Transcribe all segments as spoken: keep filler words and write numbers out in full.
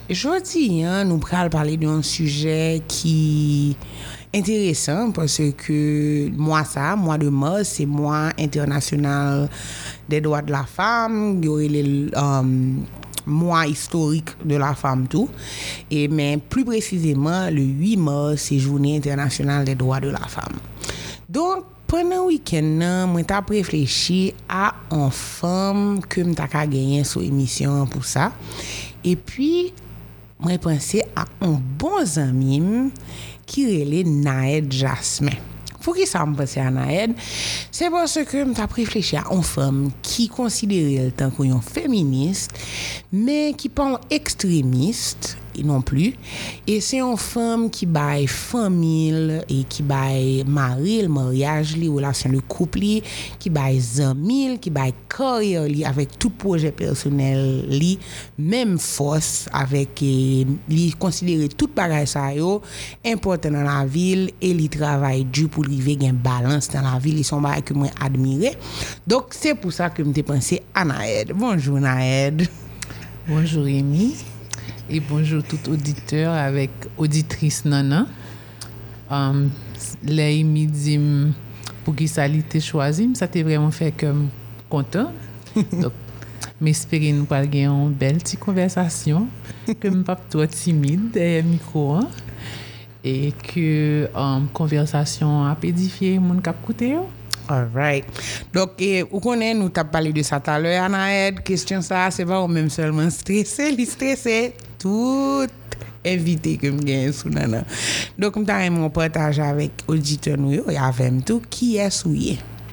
Jodi, hein, nous allons parler d'un sujet qui est intéressant parce que moi, ça, mois de mars, c'est mois international des droits de la femme. Il y aurait les um, mois historique de la femme tout. Et mais plus précisément, le huit mars, c'est journée internationale des droits de la femme. Donc, pendant le week-end, je t'ai réfléchi à une femme que je t'ai gagné sur émission pour ça. Et puis, je pensé à un bon ami qui est Naed Jasmin. Pour qui ça me pense à Naed? C'est parce que je t'ai réfléchi à une femme qui considère tant qu'une féministe, mais qui pas extrémiste non plus. Et c'est une femme qui baille famille et qui baille mari, le mariage, les relations de couple, qui baille amis, qui baille carrière avec tout projet personnel, li, même force avec li considérer tout bagage ça yo important dans la ville et li travaille dur pour arriver gain balance dans la ville, ils sont bagage que moi admirer. Donc c'est pour ça que m'ai pensé à Naed. Bonjour Naed. Bonjour Rémi. Et bonjour tout auditeur avec auditrice Nana. Um, les midi pour qui ça l'était choisi, ça t'a vraiment fait comme content. Donc m'espérer nous pas gagner une belle petite conversation que me pas trop timide derrière micro hein, et que um, conversation a édifié mon cap écouter. All right. Donc, eh, vous connaissez, nous t'as parlé de ça tout à l'heure, Anaëd. Question ça, c'est pas même seulement stressé, li stressé, tout invité que me gagne sous nana. Donc, nous t'as mon partage avec auditeur nous et avec tout qui est souillé.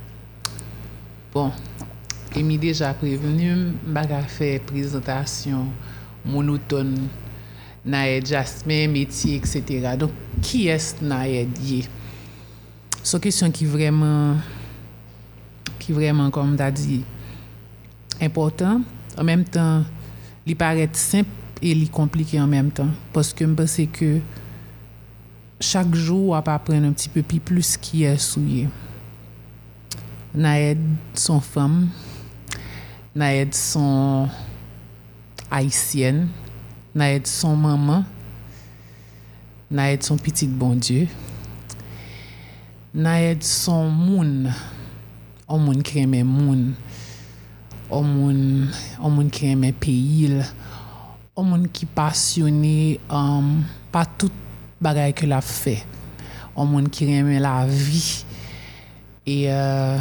Bon, et m'y déjà prévenu, m'ba faire présentation monotone Naed Jasmin, métier, et cetera. Donc, qui est Naed yé? C'est une question qui vraiment qui vraiment comme t'as dit important en même temps il paraît simple et il compliqué en même temps parce que je pense que chaque jour on va apprendre un petit peu plus qui est souillé. Naed son femme, Naed son haïtienne, Naed son maman, Naed son petit bon Dieu. Naed son moun, on moun qui aime moun, on moun, on moun qui aime pays, on moun qui passionné um, par tout bagay que la fait, on moun qui aime la vie et euh,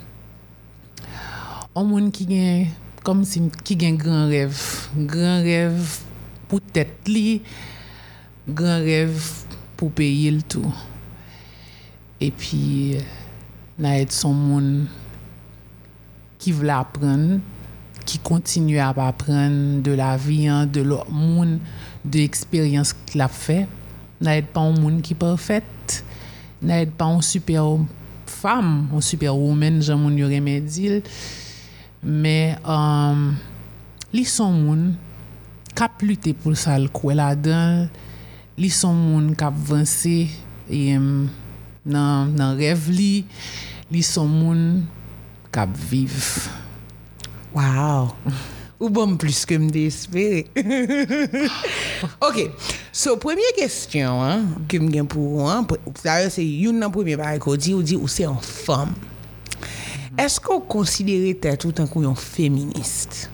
on moun qui gagne comme si qui gagne grand rêve, grand rêve pour tête li, grand rêve pour payer le tout. Et puis, Naed son monde qui veut apprendre, qui continue à apprendre de la vie, hein, de l'autre monde, de l'expérience qu'il a fait. Naed pas un monde qui est parfait. Naed pas un super femme, un super woman, j'aime mon y aurait dit. Mais, euh, li son monde qui a lutté pour ça, le quoi là-dedans. Li son monde qui a avancé et um, dans dans rêve li li son monde cap vivre. Wow. Ou bon plus que me d'espérer. OK. So première question hein que me gagne pour hein d'ailleurs c'est une dans premier bail qu'on dit ou dit ou c'est une femme. Est-ce qu'on considère tête tout en tant féministe?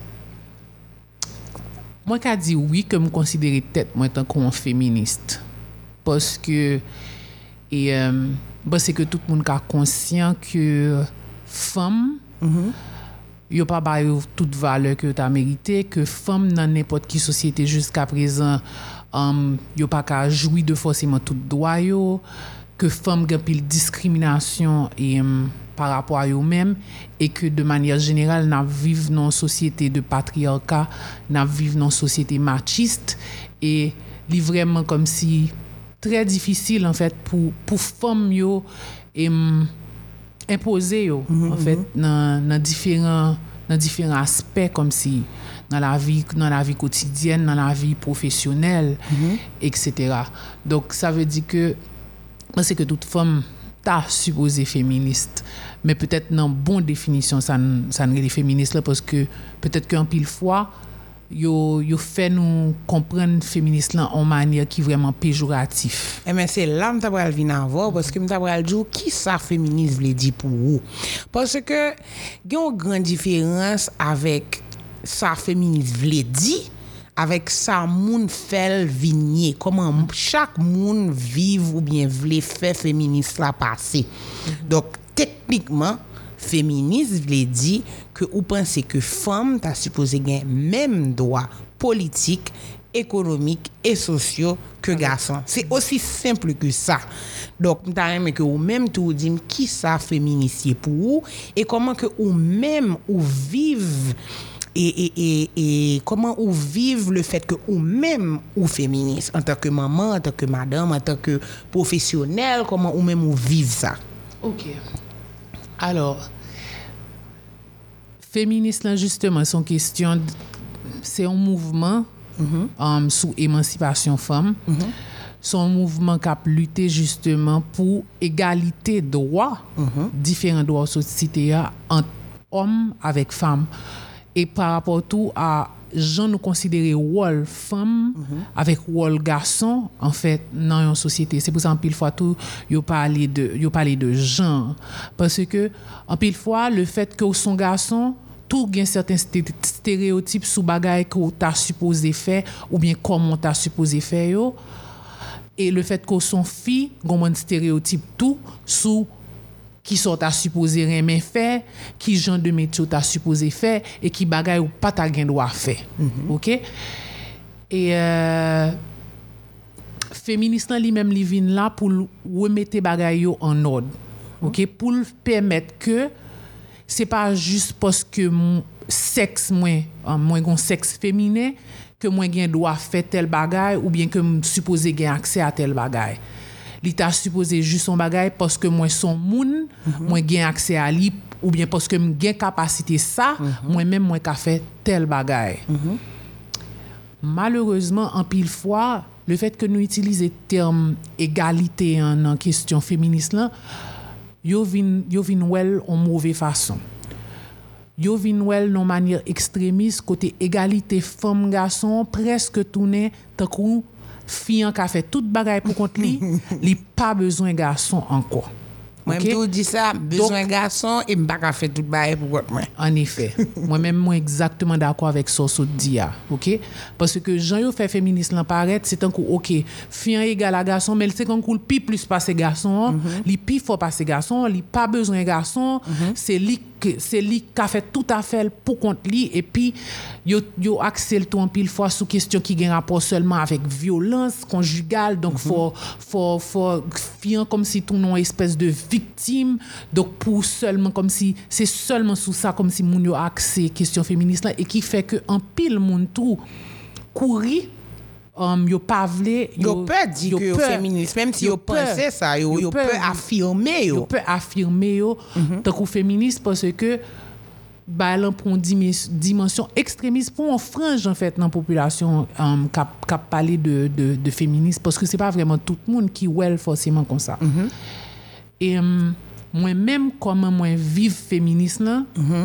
Moi qu'a dit oui que me considérer tête moi tant qu'on féministe parce que et euh, bah c'est que tout le monde est conscient que femme mm-hmm. yo pas ba toute valeur que tu as mérité que femme dans n'importe qui société jusqu'à présent um, yo pas ka jouir de forcément tout droit yo que femme gen pile discrimination et um, par rapport à eux-mêmes et que de manière générale n'a vivre dans une société de patriarcat, n'a vivre dans une société machiste et li vraiment comme si très difficile en fait pour pour femmes yo et um, imposer yo mm-hmm. en fait dans dans différents dans différents aspects comme si dans la vie dans la vie quotidienne, dans la vie professionnelle mm-hmm. et cetera. Donc ça veut dire que c'est que toute femme t'a supposé féministe mais peut-être dans bonne définition ça ça n'est féministe là parce que peut-être qu'un pile fois yo yo fait nous comprendre féministe là en manière qui vraiment péjoratif. Eh mais c'est là m'ta pral vinn avant parce que m'ta pral dire qui ça féministe veut dire pour vous. Parce que il y a une grande différence avec ça féministe veut dire avec ça moun fait vigner comment chaque monde vive ou bien veut faire féministe là passer. Mm-hmm. Donc techniquement féministe veut dire que ou pensez que femme t'a supposé gagner même droit politique, économique et sociaux que garçon. C'est aussi simple que ça. Donc m'ta aimé que ou même tout dit qui ça féministe pour vous et comment que ou même ou vive et et et et comment ou vive le fait que ou même ou féministe en tant que maman, en tant que madame, en tant que professionnelle, comment ou même ou vive ça. OK. Alors, féministe là justement son question de, c'est un mouvement mm-hmm. um, sous émancipation femme. Mm-hmm. Son mouvement qui a lutté justement pour égalité de droits, mm-hmm. différents droits société entre hommes avec femmes et par rapport tout à gens nous considérer rôle femme mm-hmm. avec rôle garçon en fait dans une société. C'est pour ça en pile fois tout yo parler de yo parler de genre parce que en pile fois le fait que son garçon tout gain certains stéréotypes sous bagaille que t'as supposé faire ou bien comment t'as supposé faire yo et le fait que son fille gon un stéréotype tout sous qui sont à supposer aimer faire, qui genre de métier t'as supposé faire et qui bagaille ou pas ta gain droit faire. Mm-hmm. OK? Et euh, féministe lui-même li vinn là pour remettre bagaille yo en ordre. OK? Pour permettre que c'est pas juste parce que mon sexe moins moins gon sexe féminin que moi gain droit faire tel bagaille ou bien que me supposé gain accès à tel bagaille. Li t'a supposé juste son bagage parce que moi son moun mm-hmm. moi gain accès à lui ou bien parce que me gain capacité ça mm-hmm. moi même moi qu'a fait tel bagage. Mm-hmm. Malheureusement en pile fois le fait que nous utiliser terme égalité en, en question féministe là yo vinn yo vinn wel en mauvaise façon. Yo vinn wel non manière extrémiste côté égalité femme garçon presque tourner tant que fille qui a fait toute bagaille pour compte li, li pas besoin garçon encore. Moi okay? Même tout dit ça, besoin donc, garçon et m'pas ka fait toute bagaille pour compte moi. En effet, moi même moi exactement d'accord avec ça so dia, OK? Parce que Jean yo fait féministe là paraître, c'est un coup OK, fille égal à garçon, mais c'est un coup pi plus passer garçon, mm-hmm. li pi faut passer garçon, li pas besoin garçon, mm-hmm. c'est li c'est lui qui a fait tout à fait pour compte lui et puis yo yo axé le tout en pile fois sous question qui gagne rapport seulement avec violence conjugale donc mm-hmm. faut faut faut fiant comme si tout non espèce de victime donc pour seulement comme si c'est seulement sous ça comme si moun yo axé question féministe là et qui fait que en pile moun tout courir Um, yo pas vle yo peut dire que yo féministe même si yo pensait ça yo yo peut affirmer yo yo peut affirmer yo mm-hmm. tant que féministe parce que bah elle prend dimension extrémiste pour une frange en fait dans population um, qui qui parler de de de féministe parce que c'est pas vraiment tout le monde qui well forcément comme ça mm-hmm. et um, moi même comment moi vivre féministe là mm-hmm.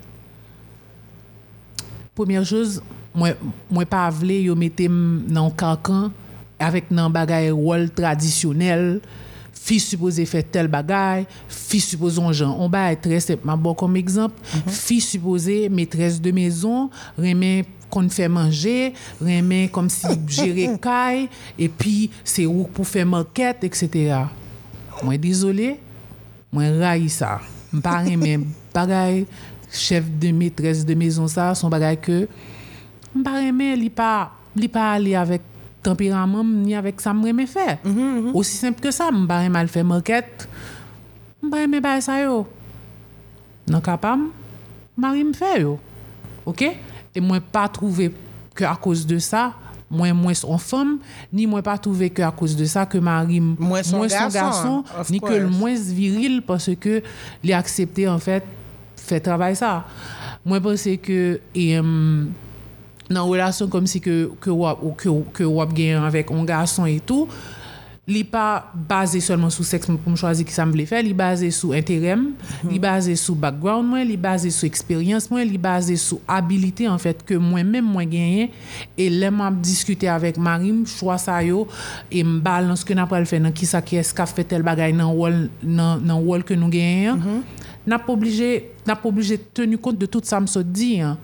première chose moi moi pas vle yo mette dans carcan avec nan bagay rôle traditionnel fille supposée faire tel bagay fille supposée on genre on ba très simple ma bon comme exemple mm-hmm. fille supposée maîtresse de maison remet qu'on fait manger remet comme si gérer caille et puis c'est où pour faire maquette etc. moi désolé moi raille ça pas remet bagay chef de maîtresse de maison ça son bagay que m'pa aimer li pas li pas aller avec tempérament ni avec ça m'aimer faire mm-hmm, mm-hmm. aussi simple que ça m'pa mal faire maquette m'pa aimer ba ça yo non capable mari me faire yo OK et moi pas trouver que à cause de ça moi moins son femme ni moi pas trouver que à cause de ça que mari moins son, son garçon, garçon ni course. Que le moins viril parce que il accepté en fait fait travail ça moi pense que et um, dans relation comme si que que ou que que ou gagne avec un garçon et tout li pas basé seulement sur sexe pour me choisir qui ça me veut faire, li basé sur intérêt, li basé sur background moi, li basé sur expérience moi, li basé sur habilité en fait que moi-même moi gagné et là m'a discuter avec Marim, choix ça yo et me balance que n'a pas le faire dans qui ça qui est-ce qu'a fait tel bagaille dans rôle dans dans rôle que nous gagnons. N'a pas obligé n'a pas obligé tenir compte de tout ça me so dit hein.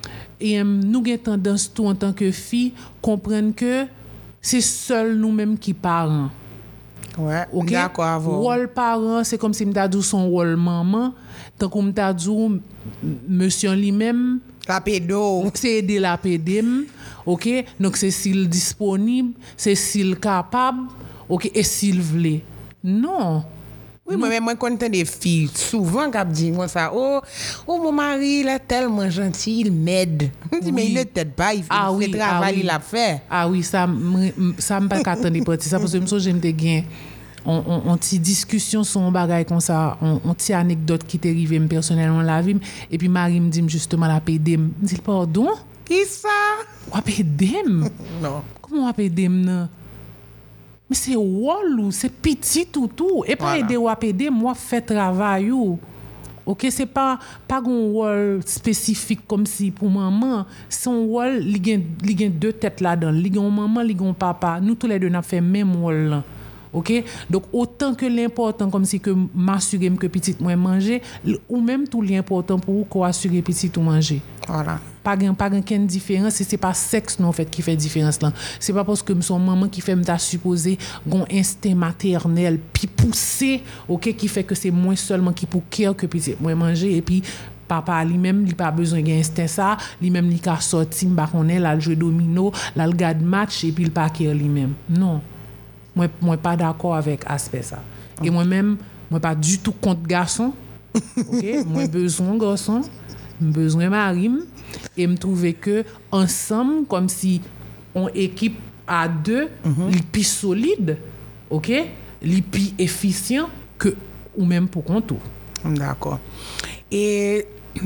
Et um, nous avons tendance tout en tant que fille comprendre que c'est seul nous-mêmes qui parents. Ouais, okay? D'accord avant. Rôle parent, c'est comme si m'ta dit son rôle maman, tant qu'on m'ta dit monsieur lui-même la pédo, c'est aider la pédé, OK? Donc c'est s'il disponible, c'est s'il capable, OK, et s'il veut. Non. Oui, moi même moi connais des filles souvent qui disent moi ça oh oh mon mari il est tellement gentil, il m'aide. Je dis mais il ne t'aide pas, il fait ah, le oui, travail ah, oui. il a fait. Ah oui, ça ça me pas attendre partir ça parce que me j'aime te gain on on on ti discussion sur un bagage comme ça, on on ti anecdote qui t'est arrivé personnellement la vie et puis Marie me dit justement la pédé, me dit pardon? Qui ça? Wa pédé? Non. Comment wa pédé non? Mais c'est rôle ou c'est petit tout tout et pas aider ou aider moi fait travail ou OK c'est pas pas un rôle spécifique comme si pour maman son rôle li gen li gen deux têtes là-dedans li gen maman li gen papa nous tous les deux n'a fait même rôle là. OK donc autant que l'important comme si que m'assurer que petite moi manger ou même tout l'important pour qu'on assurer petite ou manger. Voilà. Pas gen pas gen ken différence c'est pas sexe non en fait qui fait différence là c'est pas parce que son maman qui fait m'ta supposé gon instinct maternel puis poussé OK qui fait que c'est moins seulement qui pour cœur que petit moi manger et puis papa lui-même il pas besoin d'un instinct ça lui-même il ka sorti m'pa connait là jouer domino là le garde match et puis il pas cœur lui-même non moi moi pas d'accord avec aspect ça et moi-même moi pas du tout contre garçon OK moi besoin garçon besoin marim et me trouver que ensemble comme si on équipe à deux mm-hmm. les plus solide OK les plus efficient que ou même pour contour. D'accord. Et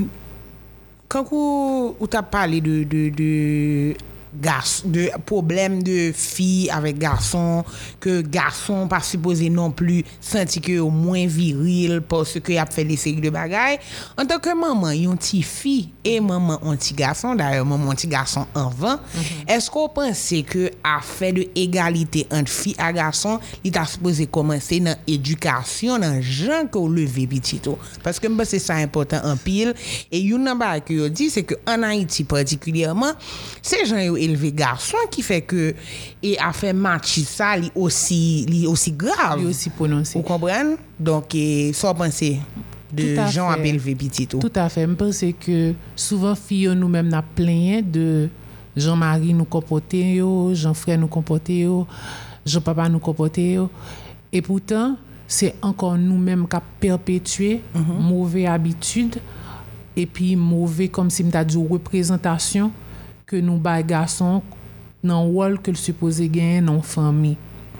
quand vous vous t'as parlé de de de garçon de problème de filles avec garçons que garçons pas supposé non plus sentir que au moins viril parce que y a fait des séries de bagailles en tant que maman yon petit fille et maman un petit garçon d'ailleurs maman un petit garçon avant mm-hmm. Est-ce qu'on pense que affaire de égalité entre filles et garçons il t'a supposé commencer dans éducation dans gens que lever petit tout parce que c'est ça important en pile et une number que yo dit c'est que en Haïti particulièrement ces gens yo élevé garçon qui fait que et a fait match ça li aussi li aussi grave li aussi prononcé vous comprenez donc et sans penser de gens à élever petit tout tout à fait me pense que souvent filles nous même n'a plein de Jean-Marie nous comporter yo Jean-Frère nous comporter yo Jean-Papa nous comporter yo et pourtant c'est encore nous-mêmes qui perpétuer mm-hmm. mauvaise habitude et puis mauvais comme si m'ta dit représentation que nous ba garçon dans rôle que le supposé gagner dans famille.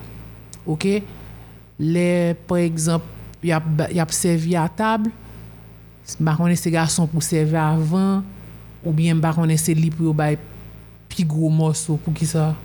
OK? Les par exemple, y a y a servi à table, ba connait ces garçons pour servir avant ou bien ba connait c'est li pour ba plus gros morceau pour qui ça?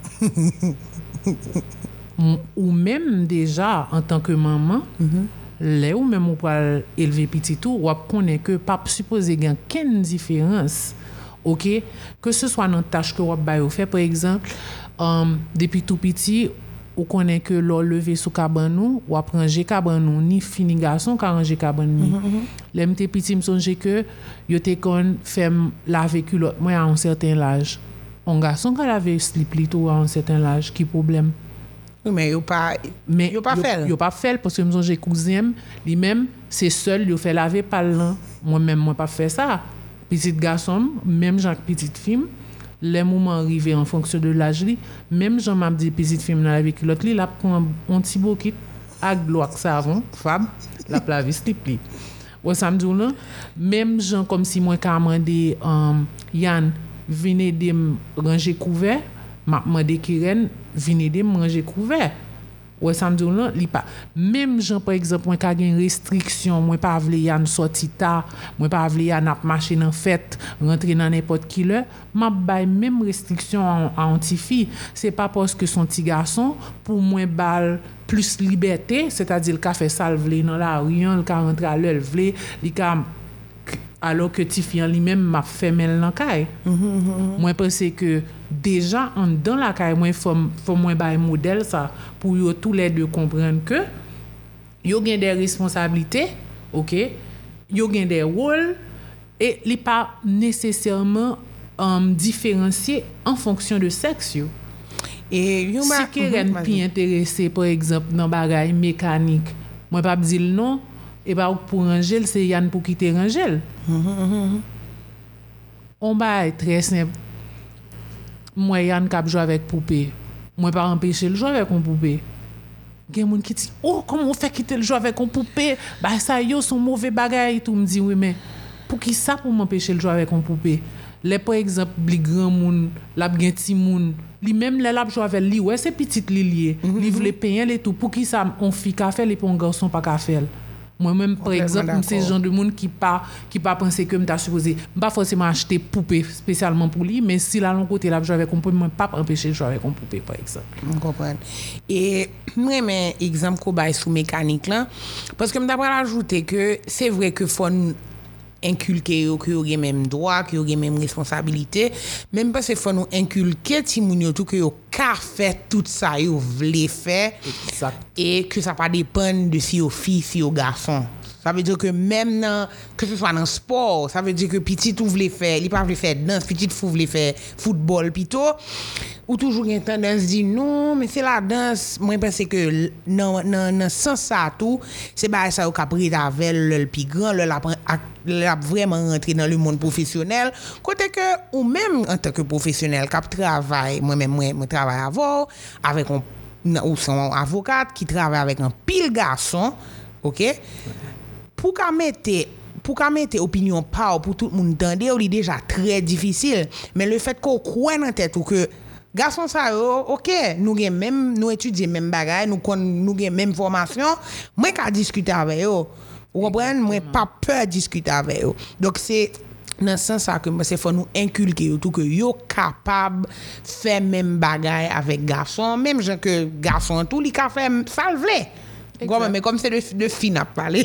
Ou même déjà en tant que maman, mm-hmm. là ou même ou pour élever petit tout, ou connait que pas supposé gagner quelle différence. OK que ce soit dans tâche que vous avez fait par exemple um, depuis tout petit ou connaît que l'on lever sous cabanou ou ranger cabanou ni fini garçon ka ranger cabanou les m'était petit me songe que yo te kon fait laver culotte moi à un certain âge un garçon ka laver slip plutôt à un certain âge qui problème oui mais yo pas mais yo pas fait yo pas fait parce que me songe cousin lui même c'est seul yo fait laver par là moi même moi pas fait ça petit garçon même genre petite fille les moments arrivés en fonction de l'âge li même Jean m'a dit petite fille dans avec l'autre li la prend un petit bouquet avec l'eau avec savon fab la laver slip li ou ça me dit là même Jean comme si moi ka mandé um, Yann venez de ranger couvert m'a mandé Kiren venez de ranger couvert Ouais, ça me dit non, li pas. Même gens par exemple, moi ka gen restriction, moi pas vle yan sorti tard, moi pas vle yan ap marcher dans fête, rentrer dans n'importe qui heure, m'a bay même restriction à antifi, c'est pas parce que son petit garçon pour moins balle plus liberté, c'est-à-dire le ka fait ça vle dans la rue, le ka rentrer à l'heure vle, li ka alors que ti fi lui-même m'a fait mel dans caille. Moi pense que déjà en dans la caille moi faut faut moi bail modèle ça pour yo tous les deux comprendre que yo gen des responsabilités, OK? Yo gen des rôles et li pas nécessairement um, différencier en fonction de sexe yo. Et yo si ma quelqu'un pi intéressé par exemple dans bagay mécanique, moi pas dire non et pas pour ranger c'est Yann pour quitter ranger. On va très simple. Moi Yann cap jouer avec poupée. Moi pas empêcher le jouer avec une poupée. Gen moun qui dit oh comment on fait quitter le jouer avec une poupée? Bah ça yo son mauvais bagay tout me dit oui mais pour qui ça pour m'empêcher le jouer avec une poupée? Les par exemple les grand moun, la gen ti moun, li même les la jouer avec li ouais c'est petite li lié. Li vle payer les tout pour qui ça on fi ka faire les pour un garçon pas ka faire. Moi-même, par exemple, c'est le genre de monde qui pas qui pas penser que m'ta supposé pas forcément acheter poupée spécialement pour lui, mais si là l'on côté là jouer avec un poupée, moi pas empêcher de jouer avec un poupée par exemple. On comprend. Et moi mais exemple qu'on bail sous mécanique là parce que m'ta pas ajouter que c'est vrai que faut inculquer que yo gen même droit, que yo gen même responsabilité, même parce que faut nous inculquer ti moun yo tout que yo ka fait tout ça yo vle faire et que ça pas dépendre de si yo fille si yo garçon. Ça veut dire que même dans, que ce soit dans le sport, ça veut dire que petit ou vle faire, il pas vle faire danse, petit fou vle faire football plutôt, ou toujours une tendance dit non, mais c'est la danse. Moi je pense que dans dans dans sens ça tout, c'est ba ça au capri avec le plus grand, le la vraiment rentrer dans le monde professionnel, côté que ou même en tant que professionnel cap travail, moi même moi moi travaille avant avec un ou son avocate qui travaille avec un pile garçon, OK? Pour qu'à mettre pour qu'à mettre opinion pas pour tout le monde entendre, c'est déjà très difficile, mais le fait qu'on croit dans tête ou que garçon ça yo, OK, nous gen même nous étudier même bagaille, nous nous gen même formation, moi qu'à discuter avec eux. Vous comprenez, moi pas peur discuter avec eux. Donc c'est dans ce sens que c'est faut nous inculquer tout que yo capable faire même bagaille avec garçon, même gens que garçon tout li ka faire ça le vle. Exact. Mais comme c'est de, de fin à parler,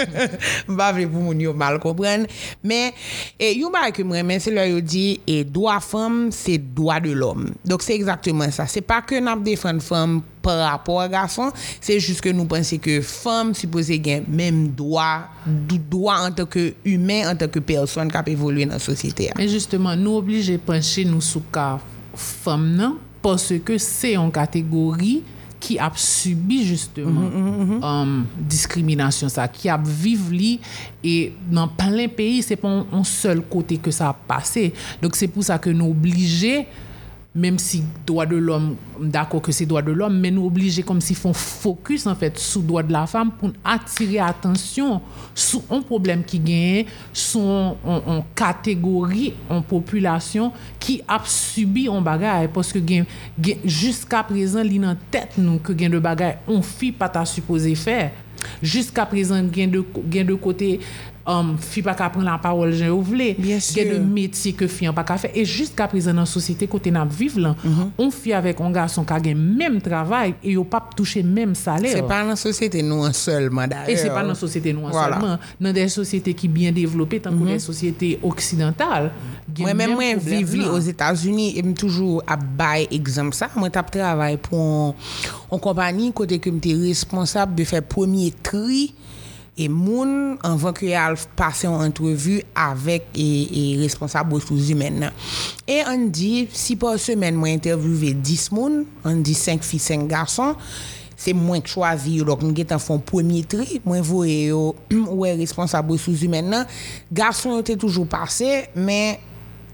je ne vais pas vous mal comprendre. Mais, et yon ba que moi, c'est là yo dit, et droit femme, c'est droit de l'homme. Donc, c'est exactement ça. C'est pas que nous défendons femme par rapport à garçon, c'est juste que nous pensons que femme supposée gain même droit, droit en tant que humain, en tant que personne qui a évolué dans la société. Mais justement, nous obligés de pencher nous sous ka femme non, parce que c'est une catégorie qui a subi justement mm-hmm, mm-hmm. Um, discrimination ça qui a vivre li et dans plein pays c'est pas un seul côté que ça a passé, donc c'est pour ça que nous obligés, même si droit de l'homme d'accord que c'est droit de l'homme, mais nous obligés comme s'ils font focus en fait sur droit de la femme pour attirer attention sur un problème qui gagne sur en catégorie en population qui a subi un bagage parce que gagne jusqu'à présent li dans tête nous que gagne de bagage on fi pas ta supposé faire jusqu'à présent gagne de gagne de côté um, fi pas qu'à prendre la parole j'ai ouvlé gagne de métier que fi pas qu'à faire et jusqu'à présent dans société côté n'a vivre là mm-hmm. on fi avec un garçon qui gagne même travail et yo pas toucher même salaire. C'est pas dans société nous en seulement d'ailleurs. Et c'est pas dans société nous en voilà. seulement dans des sociétés qui bien développées tant mm-hmm. que les sociétés occidentales. Moi même moi vivre aux États-Unis et toujours à bail exemple ça moi t'a travail pour une compagnie côté que m'étais responsable de faire premier tri et moun avant que y passer en entrevue avec et, et responsable ressources humaines et on dit si par semaine moi interviewer dix moun on dit cinq filles cinq garçons c'est moi qui choisi donc nous gèt font premier tri moi voyé ouais responsable ressources humaines garçons étaient toujours passé mais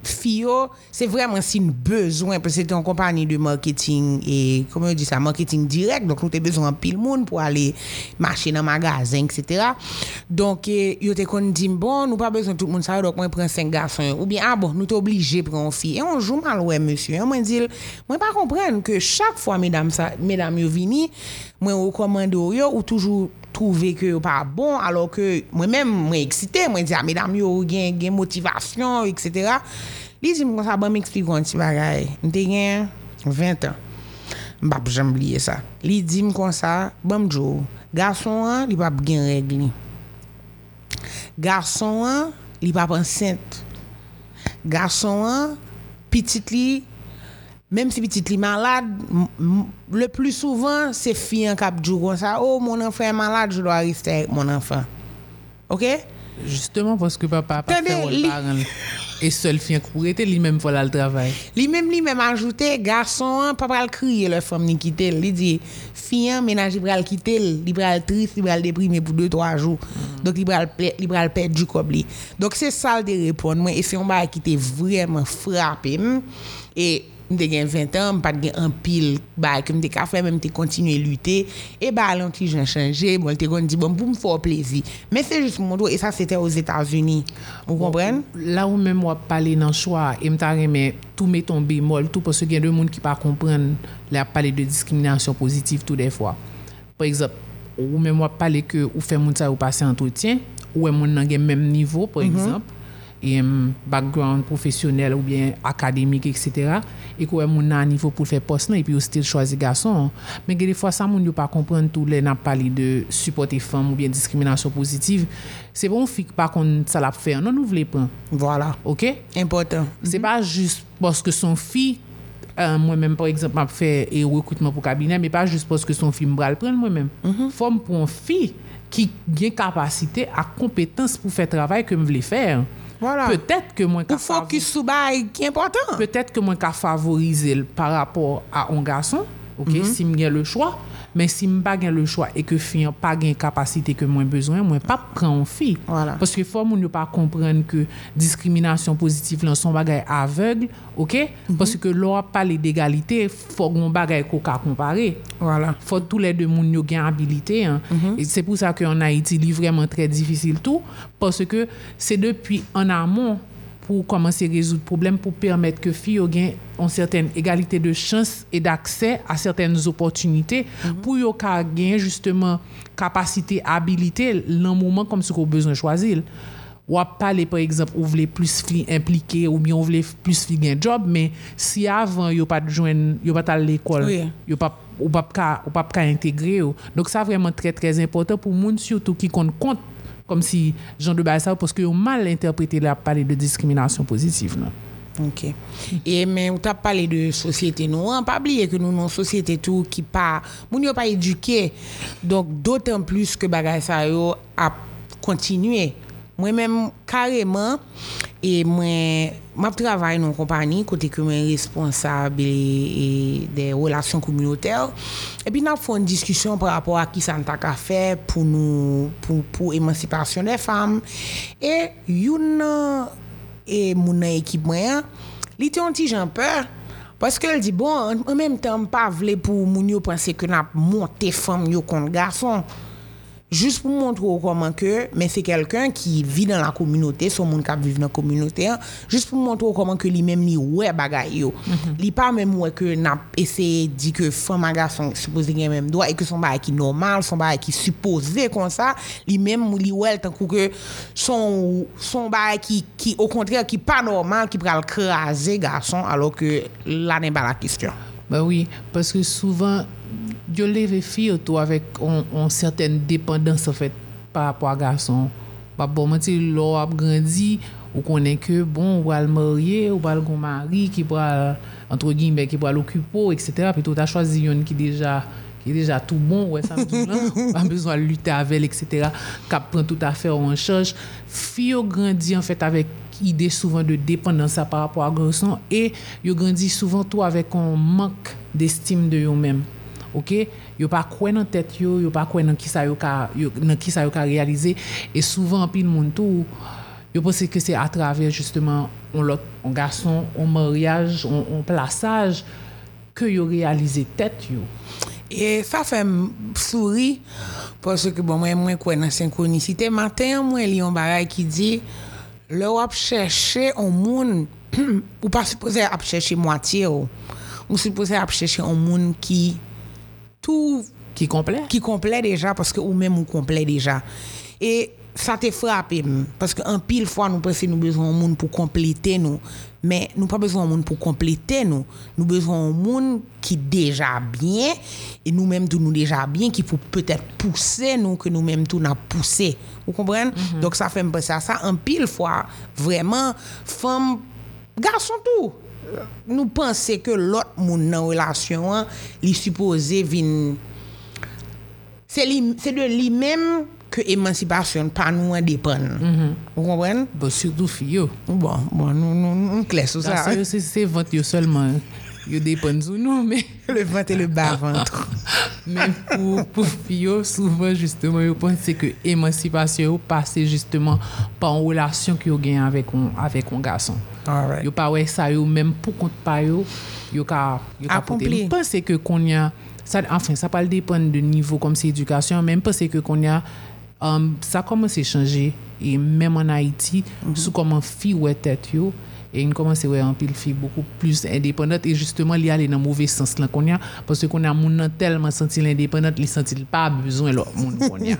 Fio, c'est vraiment si un besoin, parce que c'est une compagnie de marketing et, comment on dit ça, marketing direct, donc nous avons besoin de pile monde pour aller marcher dans le magasin, et cetera. Donc, yo te kon dit, bon, nous pas besoin de tout le monde ça, donc moi prends cinq garçons, ou bien, ah bon, nous t'es obligé de prendre une fille. Et on joue mal, ouais, monsieur. Et moi, dit, moi, pas comprendre que chaque fois, mesdames, ça, mesdames, yo vini, moi, recommande yo, ou toujours trouver que pas bon, alors que moi-même, moi, excité, moi, dis, ah, mesdames, yo, gen, gen motivation, et cetera. Li dit comme ça, bon m'explique un petit bagay. M'te gen vingt ans. M'pa jamais oublier ça. Li dit comme ça, bon jo, garçon an, li pa gen règle. Garçon an, li pa enceinte. Garçon an, petite li, même si petite li malade, le plus souvent c'est fille en cap jou comme ça, oh mon enfant est malade, je dois rester avec mon enfant. OK? Justement parce que papa pas fait rôle parent et seul fille pour était lui-même pour le travail. Lui-même lui-même ajouté garçon pas pral crier leur femme ni quitter, il dit fille ménage pral quitter, il pral triste, il pral déprimé pour deux trois jours. Mm. Donc il pral il pral perdre du cobli. Donc c'est ça de répondre moi et c'est un bail qui était vraiment frappé et m'te gen vingt ans, m'pas gen un pile bail que m'te ka faire même te continuer lutter et bah l'anti j'ai changé, bon te kon dit bon pour me faire plaisir. Mais c'est juste mon et ça c'était aux États-Unis. Vous bon, comprenez? Là où même moi parler dans choix et m'ta remet tout met ton bémol tout parce que il y a deux monde qui pas comprendre la parler de discrimination positive tout des fois. Par exemple, ou même moi parler que ou fait moun ça ou passer entretien ou moun nan gen même niveau par mm-hmm. exemple. Et um, background professionnel ou bien académique et cetera et qu'on a un niveau pour faire poste et puis aussi choisir garçon mais des fois ça moun yo pas comprendre tout les n'a parlé de supporter femme ou bien discrimination positive c'est bon fille pas qu'on ça l'a faire non nous voulons prendre voilà OK important c'est mm-hmm. pas juste parce que son fille euh, moi-même par exemple m'a fait et recrutement pour cabinet mais pas juste parce que son fille me bral prendre moi-même mm-hmm. forme pour une fille qui a capacité à compétence pour faire travail que me voulait faire. Voilà. Peut-être que moi il faut focus sur bail qui est important. Peut-être que moi qu'a favoriser par rapport à un garçon, OK, mm-hmm. si me gagne le choix, mais si me pas gagne le choix et que fille pas gagne capacité que moi besoin, moi pas prendre une fille. Voilà. Parce que faut ne pas comprendre que discrimination positive là son bagage aveugle, OK? Mm-hmm. Parce que l'on parle d'égalité, faut qu'on bagage qu'on comparer. Voilà. Faut tous les deux moun yo gagne habilité hein. Mm-hmm. Et c'est pour ça que en Haïti il est vraiment très difficile tout parce que c'est depuis en amont pour commencer à résoudre le problème pour permettre que filles aient une certaine égalité de chance et d'accès à certaines opportunités mm-hmm. pour yo ka gagner justement capacité habilité dans moment comme ce qu'on besoin choisir ou à parler par exemple ou voulez plus filles impliquées ou bien on voulait plus filles un job mais si avant yo pas joindre yo pas à l'école oui. yo pas ou pas ou pas intégrer donc ça vraiment très très important pour monde surtout qui compte compte comme si Jean de Baïsa parce que ont mal interprété la parler de discrimination positive là. OK. Et mais on t'a parlé de société nous, on pas oublier que nous non société tout qui pas moun yo pas éduqué. Donc d'autant plus que bagay ça yo a continuer. Moi-même carrément et moi m'a travaillé dans une compagnie côté que moi responsable et, et des relations communautaires et puis n'a fait une discussion par rapport à qui ça t'a qu'à faire pour nous pour pour émancipation des femmes et une et mon équipe moi il était un petit j'en peur parce que elle dit bon en même temps pas vle pour moun yo penser que n'a monter femme yo contre garçon juste pour montrer comment que mais c'est quelqu'un qui vit dans la communauté son monde qui vit dans la communauté hein, juste pour montrer comment que lui même li ouais bagay yo mm-hmm. li pas même ouais que n'a essayé dit que femme et garçon supposé gagner même droit et que son bagay qui normal son bagay qui supposé comme ça lui même li ouais tant que son son bagay qui qui au contraire qui pas normal qui pral craser garçon alors que là n'est pas la question. Ben oui parce que souvent je lève fille autour avec une certaine dépendance en fait par rapport à garçon. Pas bon mentir l'on a grandi ou connaît que bon on va le marier ou va le mari qui va entre guillemets qui va l'occuper et cetera puis tu as choisi une qui déjà qui est déjà tout bon ouais ça me dit là pas besoin de lutter avec elle et cetera qui prend tout à fait en charge. Fille grandit en fait avec idée souvent de dépendance par rapport à garçon et yo grandit souvent tout avec un manque d'estime de eux-mêmes. OK yo pas quoi dans tête yo yo pas quoi dans qui ça yo ka dans qui ça yo ka réaliser et souvent pile monde tout je pense que c'est à travers justement un garçon, un mariage, un plaçage que yo réalisé tête yo. Et ça fait sourire parce que bon moi moi quoi dans synchronicité matin moi li un bagay qui dit le wap chercher un monde ou pas supposé à chercher moitié ou ou supposé à chercher un monde qui tout qui complet qui complet déjà parce que ou même ou complet déjà et ça te frappé parce que en pile fois nous pensons nous besoin de monde pour compléter nous mais nous pas besoin de monde pour compléter nous nous besoin de monde qui déjà bien et nous même tout nous déjà bien qui pour peut-être pousser nous que nous même tout n'a poussé vous comprenez mm-hmm. Donc ça fait me penser à ça en pile fois vraiment femme garçon tout nous penser que l'autre monde dans relation hein, li supposé vinn c'est li, c'est de lui-même que émancipation pas nous dépend. Mm-hmm. Vous comprenez? Bon, surtout filles. Bon, bon, nous nous nous clair sur ça. C'est c'est c'est ventre seulement. Yo dépend de nous mais le ventre et le bas ventre. Mais pour pour filles souvent justement yo pense que émancipation passe justement par une relation que yo gagne avec un avec un garçon. All right. Yo pas ouais ça yo même pour compte pas yo yo ka yo ka porter. Pense que qu'on y a ça enfin ça pas dépendre de niveau comme c'est éducation même parce que qu'on y a um, ça commence à changer et même en Haïti mm-hmm. sous comment fille ouais tête yo et une commence ouais en pile fille beaucoup plus indépendante et justement il y aller dans mauvais sens là qu'on y a parce que qu'on a moun tellement senti l'indépendante il senti pas besoin l'autre monde qu'on y a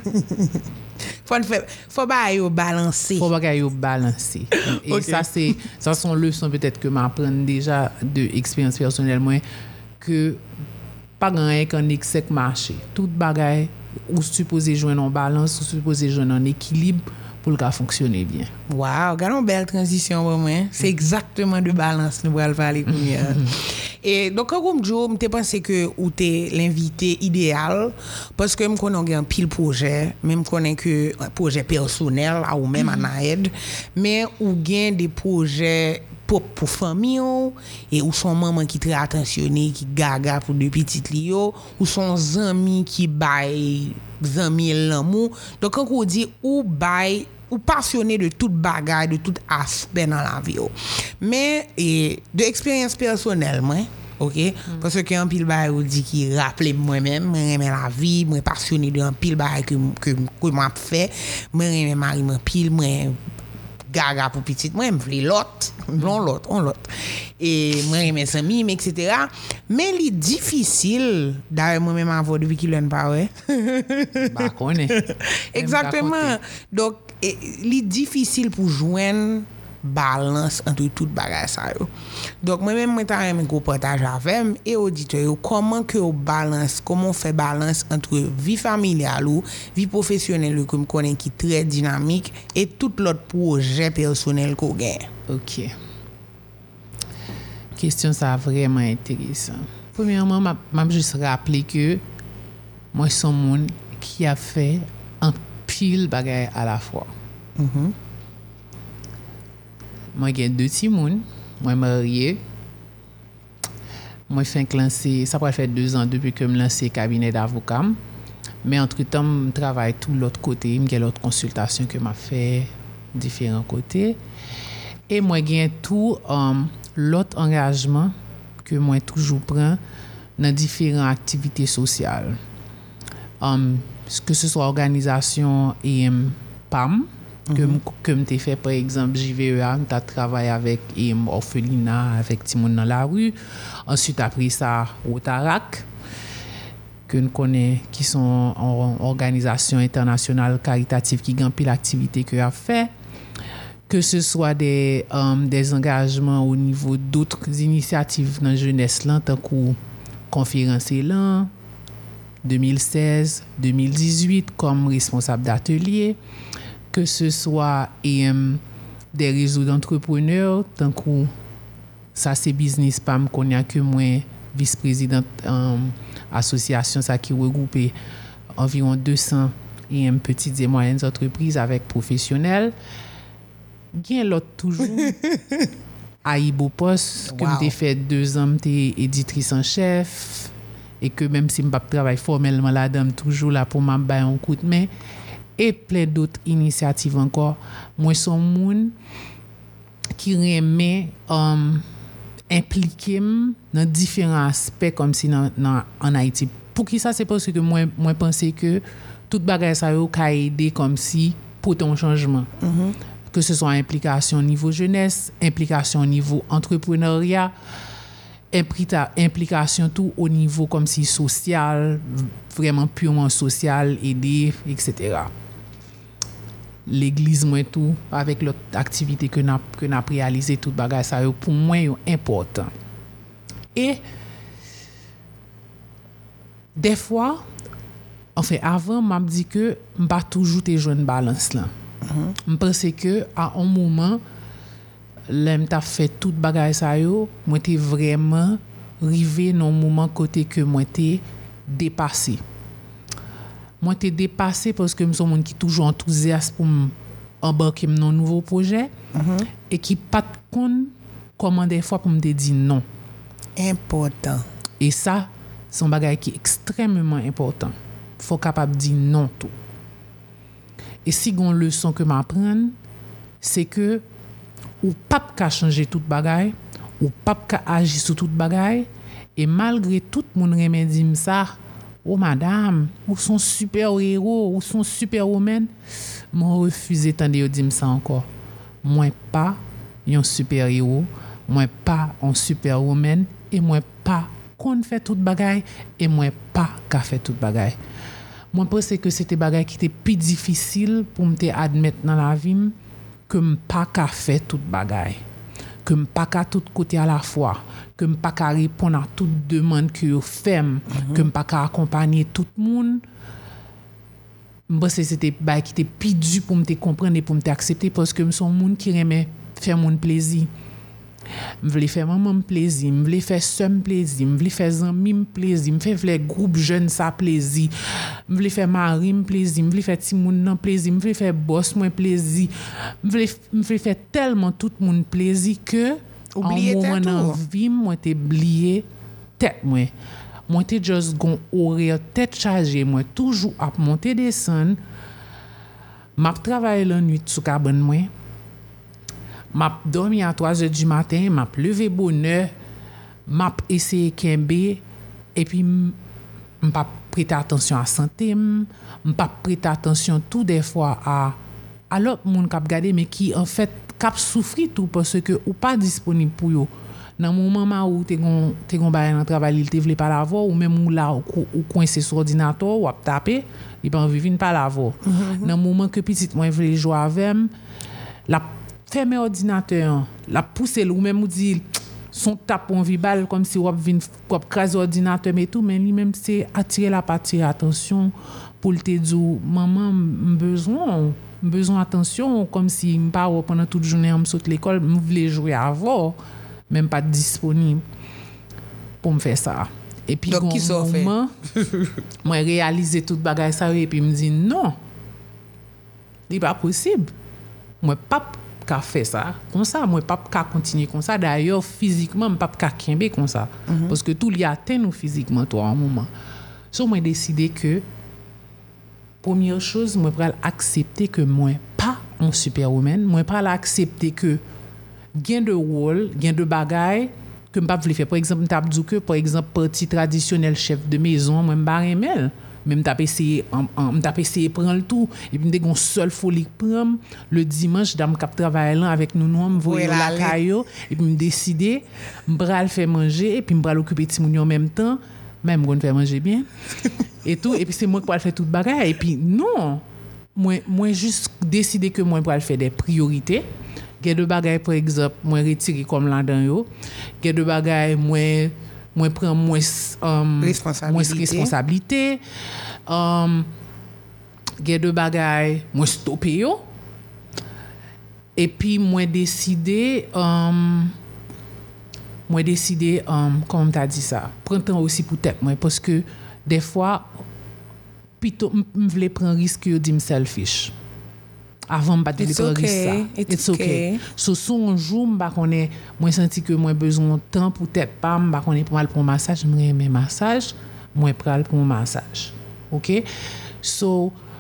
faut faire faut ba yo balancer faut ba yo balancer et okay. ça c'est ça sont leçons peut-être que m'apprendre déjà de expérience personnelle moi que pas gagner qu'un excès marché toute bagaille ou supposé joindre en balance ou supposé joindre en équilibre pour le cas fonctionner bien. Wow, regarde une belle transition pour moi. C'est exactement de balance nous allons parler et donc comme je me pensé que ou t'es l'invité idéal parce que me connais un pile projet, même connais que un projet personnel ou même en aide, mais ou gain des projets pour pour famille et ou son maman qui très attentionné qui gaga pour deux petites lio ou son ami qui bail ami l'amour donc quand on dit ou bail ou passionné de toute bagaille de tout aspect dans la vie mais et de expérience personnelle moi OK mm. parce que un pile bail ou dit qui rappelle moi-même moi aimer la vie moi passionné de un pile bail que que que m'a fait moi aimer mari moi pile moi gaga pour petite moi me l'autre non l'autre on l'autre et moi mes amis mais etc mais il est difficile d'ailleurs moi même avoir depuis qu'il ne pas ouais bah connaît exactement donc il est difficile pour joindre balance entre toute bagage ça yo. Donc moi même moi t'ai un gros partage avec et auditeur comment que on balance comment on fait balance entre vie familiale ou vie professionnelle que me connais qui très dynamique et tout l'autre projet personnel qu'on gagne. OK. Question ça vraiment intéressant. Premièrement m'a m'a juste rappeler que moi suis un monde qui a fait un pile bagage à la fois. Mm-hmm. Moi j'ai deux petits moun, moi marié. Moi fin lancé, ça pourrait faire deux ans depuis que me lancé cabinet d'avocat. Mais entre-temps, je travaille tout l'autre côté, j'ai l'autre consultation que m'a fait différents côtés. Et moi j'ai tout um, l'autre engagement que moi toujours prends dans différentes activités sociales. Um, que ce soit organisation et um, P A M que mm-hmm. que m'ai fait par exemple J V E A m'ta travaillé avec et orphelinat avec Timon dans la rue ensuite après ça Rotarac que nous connaît qui sont en organisation internationale caritative qui gagne pile l'activité que a fait que ce soit des um, des engagements au niveau d'autres initiatives dans jeunesse là tant que conférence là deux mille seize deux mille dix-huit comme responsable d'atelier que ce soit et, um, des réseaux d'entrepreneurs tant que ça c'est business P A M qu'on a que moi vice-présidente um, association ça qui regroupe environ deux cents et um, petites et moyennes entreprises avec professionnels gain l'autre toujours à Ibopos que j'ai fait deux ans t'es éditrice en chef et que même si je ne travaille formellement là-dedans toujours là pour m'abattre un coup de main et plein d'autres initiatives encore. Moi son monde qui remet um, impliqué dans différents aspects comme si dans, dans, en Haïti. Pour qui ça, c'est parce que moi moi penser que toute bagage ça yo ka aider comme si pour ton changement. Mm-hmm. Que ce soit implication au niveau jeunesse, implication au niveau entrepreneuriat, implika, implication tout au niveau comme si social, vraiment purement social, aider, et cetera. L'église moi tout avec l'autre activité que n'a que n'a réalisé toute bagage ça yo pour moi yo important. Et des fois en fait avant m'a dit que m'pas toujours te joindre balance là. Je pense que à un moment l'aime t'a fait toute bagage ça yo, moi t'ai vraiment arrivé dans un moment côté que moi t'ai dépassé. Moi t'ai dépassé parce que je suis un monde qui toujours enthousiaste pour embarquer dans un nouveau projet mm-hmm. et qui pas de compte comment des fois pour me dire non. Important. Et ça c'est un bagage qui est extrêmement important. Faut capable dire non tout. Et si une leçon que m'apprendre, c'est que ou pas qu'à changer toute bagaille, ou pas qu'à agir sur toute bagaille, et malgré tout le monde remet dit ça, oh madame, ou son super héros, ou son super woman, moi refusé tande dire ça encore. Moi pas un super héros, moi pas un super woman, et moi pas qu'on fait toute bagaille, et moi pas qu'à fait toute bagaille. Moi pense que c'était bagay qui était plus difficile pour me admettre dans la vie que me pas qu'à faire toute bagay, que me pas qu'à tout côté à la fois, que me pas qu'à répondre à toute demande que yo fait, mm-hmm. que me pas qu'à accompagner tout le monde. Moi c'était bagay qui était plus dur pour me comprendre et pour me accepter parce que me son monde qui aimait faire mon plaisir. Je voulais faire maman plaisir, je voulais faire soeur plaisir, je voulais faire ami plaisir, je voulais faire groupe jeune ça plaisir, je voulais faire mari plaisir, je voulais faire petit monde plaisir, je voulais faire boss moi plaisir, je voulais je voulais faire tellement tout le monde plaisir que oublier en moment dans vie moi t'ai oublié tête moi. Moi t'ai juste gon horaire tête chargée moi toujours à monter descendre. M'a travailler la nuit sous cabane moi. M'a dormi à trois heures du matin, m'a levé bonne heure, m'a essayé kembe et puis m'a prêté attention à santé, m'a prêté attention tout des fois à à l'autre monde qui a regardé mais qui en fait cap souffrir tout parce que ou pas disponible pour yo. Dans mon moment où t'es gon t'es gon bail dans travail, il te voulait pas la voir ou même ou là ou coincé sur ordinateur ou a taper, il pas envie venir pas la voir. Mm-hmm. Dans moment que petite moi voulait jouer avec la fermer ordinateur, la pousser ou même ou dire son tapon vibal comme si on vient pour craser ordinateur mais tout mais lui même c'est attirer la partie attention pour te dire maman besoin besoin attention comme si me pas pendant toute journée on saute l'école me voulais jouer avant même pas disponible pour me faire ça et puis donc qui ça fait moi réaliser toute bagage ça et puis me dit non c'est pas possible moi pas qu'a fait ça comme ça moi pas qu'a continuer comme ça d'ailleurs physiquement pas qu'a kembe comme ça mm-hmm. parce que tout li atteint nous physiquement toi un moment so moi décidé que première chose moi pas accepter que moi pas un superwoman moi pas accepter que gain de rôle gain de bagaille que me pas voulait faire par exemple t'a dit que par exemple parti traditionnel chef de maison moi pas aimer même t'a essayé en t'a essayé prendre le tout et puis me gon seul folie prendre le dimanche dame cap travailler là avec nous nous me voyer la caillou et puis me décider me bral faire manger et puis me bral occuper petit moun en même temps même gon faire manger bien et tout et puis c'est moi qui va faire toute bagarre et puis non moi moi juste décider que moi va faire des priorités gè de bagaille par exemple moi retirer comme là-dedans yo gè de bagaille moi moi prend moins um, responsabilité moins responsabilité um, gè de bagaille moi stopper yo et puis moi décider um, moi décider um, comment t'as dit ça prendre temps aussi pour tête moi parce que des fois plutôt me voulais prendre risque yo dit me selfish avant me pas de prendre risque ça it's, it's okay okay so son jour me pas connait moi senti que moi besoin de temps pour tête pas me pas connait pour mal pour massage me aimer massage moi pral pour massage OK so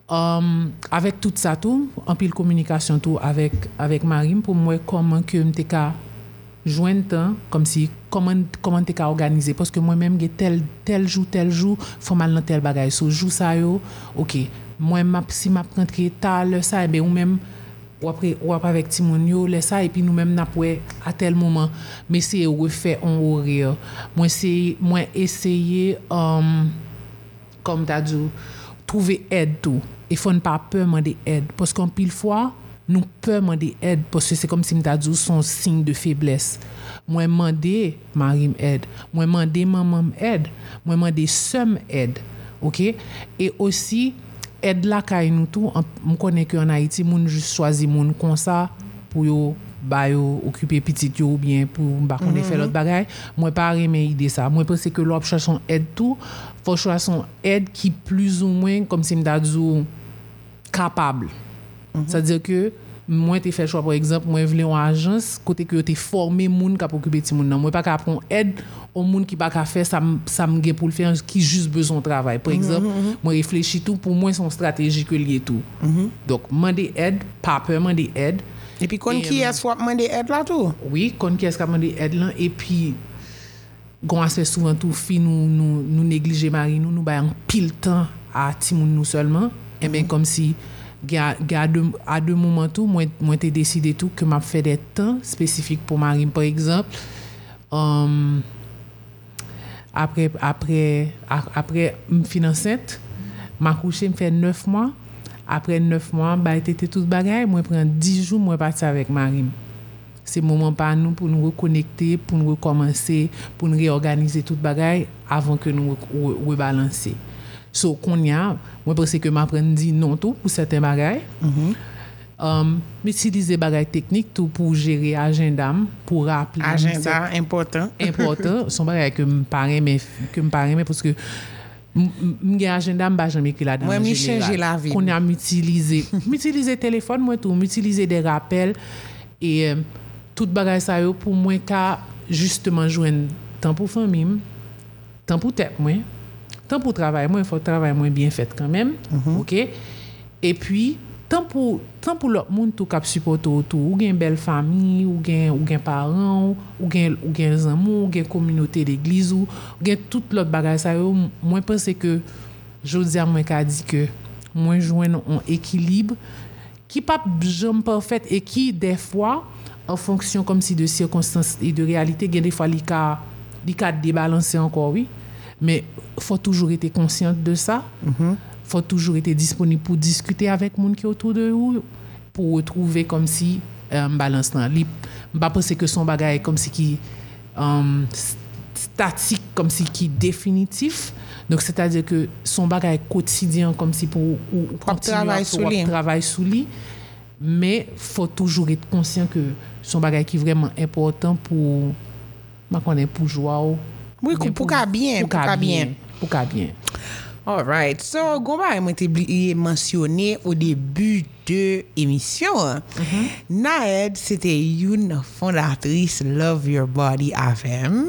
Um, avec tout ça tout, en pile communication tout avec avec Marim pour moi comment que m'te ka joindre temps comme si comment comment t'es ka organiser parce que moi même tel tel jour tel jour faut mal dans tel bagage so jour ça yo OK moi m'a si m'a rentrer tard le ça ben ou même ou après ou après avec Timon yo le ça et puis nous même n'a pour à tel moment mais c'est refaire en horaire moi c'est moi essayer um, comme t'as dit trouver aide tout et faut ne pas peur demander aide parce qu'en pile fois nous peur demander aide parce que c'est comme si m'ta dit son signe de faiblesse moi demander Marie aide moi demander maman aide moi demander sœur aide OK et aussi aide la kay nous tout on connaît que en Haïti moun juste choisi moun comme ça pour yo ba yo occuper petit yo ou bien pour ba connait faire l'autre bagaille moi pas aimer idée ça moi pense que l'op cherche son aide tout faut choisir son aide qui plus ou moins comme si m'ta dit capable mm-hmm. c'est-à-dire que moi t'ai fait choix par exemple moi voulais une agence côté que t'ai formé moun qui occuper ti moun nan moi pas ka prendre aide au moun qui pas ka faire ça ça me pour le faire qui juste besoin de travail par exemple mm-hmm. moi réfléchis tout pour moi son stratégie que lié tout mm-hmm. donc demander aide pas peur demander aide et puis quand qui est soit demander aide là tout oui quand qui est demander aide là et puis gon aspect souvent tout fi nous nous nous négliger Marie nous nous ba en pile temps à ti moun nous seulement et bien comme si à deux, à deux moments tout moi moi t'ai décidé tout que m'a fait des temps spécifiques pour Marie par exemple um, après après après me fin enceinte m'a couché me fait neuf mois après neuf mois bah était tout bagaille moi prend dix jours moi partir avec Marie c'est moment pas nous pour nous reconnecter pour nous recommencer pour nous réorganiser tout bagaille avant que nous rebalancer so qu'on y a moi pense que m'apprendre dit non tout pour certains bagages mm-hmm. um utiliser bagages techniques tout pour gérer agenda pour rappeler agenda important important son bagage que me paraît mais que me paraît mais parce que m'gè agenda m'ba jamais écrit là-dedans moi me changer la vie qu'on a m'utiliser m'utiliser téléphone moi tout m'utiliser des rappels et euh, tout bagage ça yo pour moi ka justement joindre temps pour famille temps pour tête moi temps pour travail moi il faut travail moins bien fait quand même mm-hmm. OK et puis temps pour temps pour l'autre monde tout cap supporter autour ou gain belle famille ou gain ou gain parents ou gain ou gain amis ou gain communauté d'église ou gain tout l'autre bagage ça yo moi pense que jodi a moi ka dit que moi joindre un équilibre qui pas jamais parfait et qui des fois en fonction comme si de circonstances et de réalité gain des fois li ka li ka débalancer encore oui mais faut toujours être conscient de ça mm-hmm. faut toujours être disponible pour discuter avec monde qui autour de vous pour retrouver comme si un euh, balance là li pas penser que son bagage comme si qui um, statique comme si qui définitif donc c'est-à-dire que son bagage quotidien comme si pour ou, ou continuer à travailler sous lui mais faut toujours être conscient que son bagage qui est vraiment important pour ma connaît pour joie oui pour pour ka bien pour ka bien pour ka bien all right so gomba moi t'ai mentionné au début de émission mm-hmm. Naed c'était une fondatrice Love Your Body F M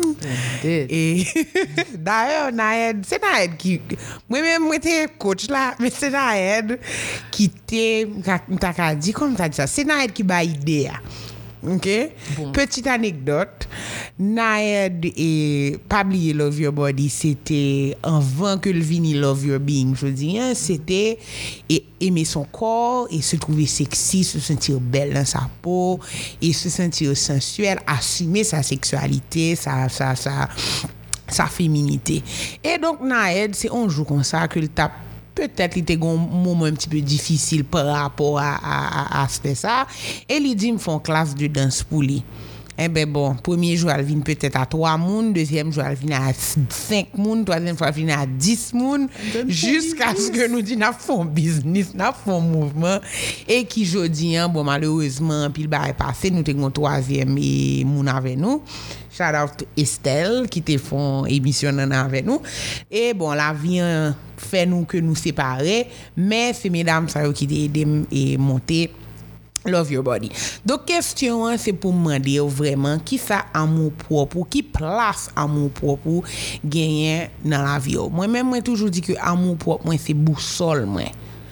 et d'ailleurs Naed c'est Naed qui moi même moi t'ai coach là mais c'est Naed qui t'ai t'as dit comme t'as dit ça c'est Naed qui ba idée. OK bon. Petite anecdote Naed et pas oublier Love Your Body c'était avant que le vini Love Your Being je dis hein, c'était et aimer son corps et se trouver sexy se sentir belle dans sa peau et se sentir sensuelle assumer sa sexualité sa sa sa sa féminité et donc Naed c'est un jour comme ça que le tape peut-être il était un moment un petit peu difficile par rapport à à à faire ça et il dit me font classe de danse pour lui eh ben bon premier jour elle vient peut-être à trois moun deuxième jour elle vient à cinq moun troisième fois elle vient à dix moun jusqu'à ce que nous dit n'a font business n'a font mouvement et qui jodi hein bon malheureusement puis le bail passé nous t'ai un troisième et moun avec nous shout out Estelle qui te font émission avec nous et bon la vient fait nous que nous séparer mais c'est mesdames ça qui t'ai aidé et monter Love Your Body. Donc question hein, c'est pour demander vraiment qui ça amour propre qui place amour propre gagner dans la vie. Moi même moi toujours dit que amour propre moi c'est boussole moi.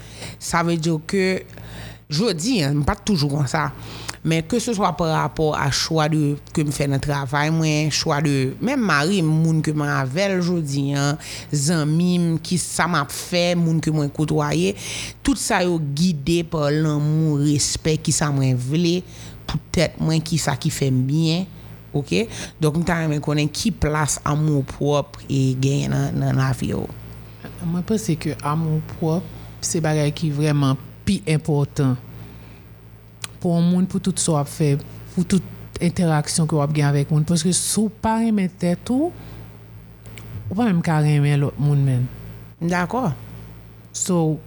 ça veut dire que, je dis, hein, pas toujours comme ça, mais que ce soit par rapport à choix de que me fait dans travail, moi, choix de, même mari, moun que m'a avec, je dis, hein, zanmim, qui ça m'a fait, moun que moi côtoyer, tout ça est guidé par l'amour, respect, qui ça m'a voulu, peut-être moi qui ça qui fait bien. OK, donc m'ta me connaît qui place amour propre et gain dans dans la vie. Moi pense que amour propre c'est bagay qui vraiment plus important pour un monde, pour tout ça fait, pour toute interaction que vous avez avec monde, parce que si vous pas aimer tout, ou pas même carrément l'autre monde même. D'accord. So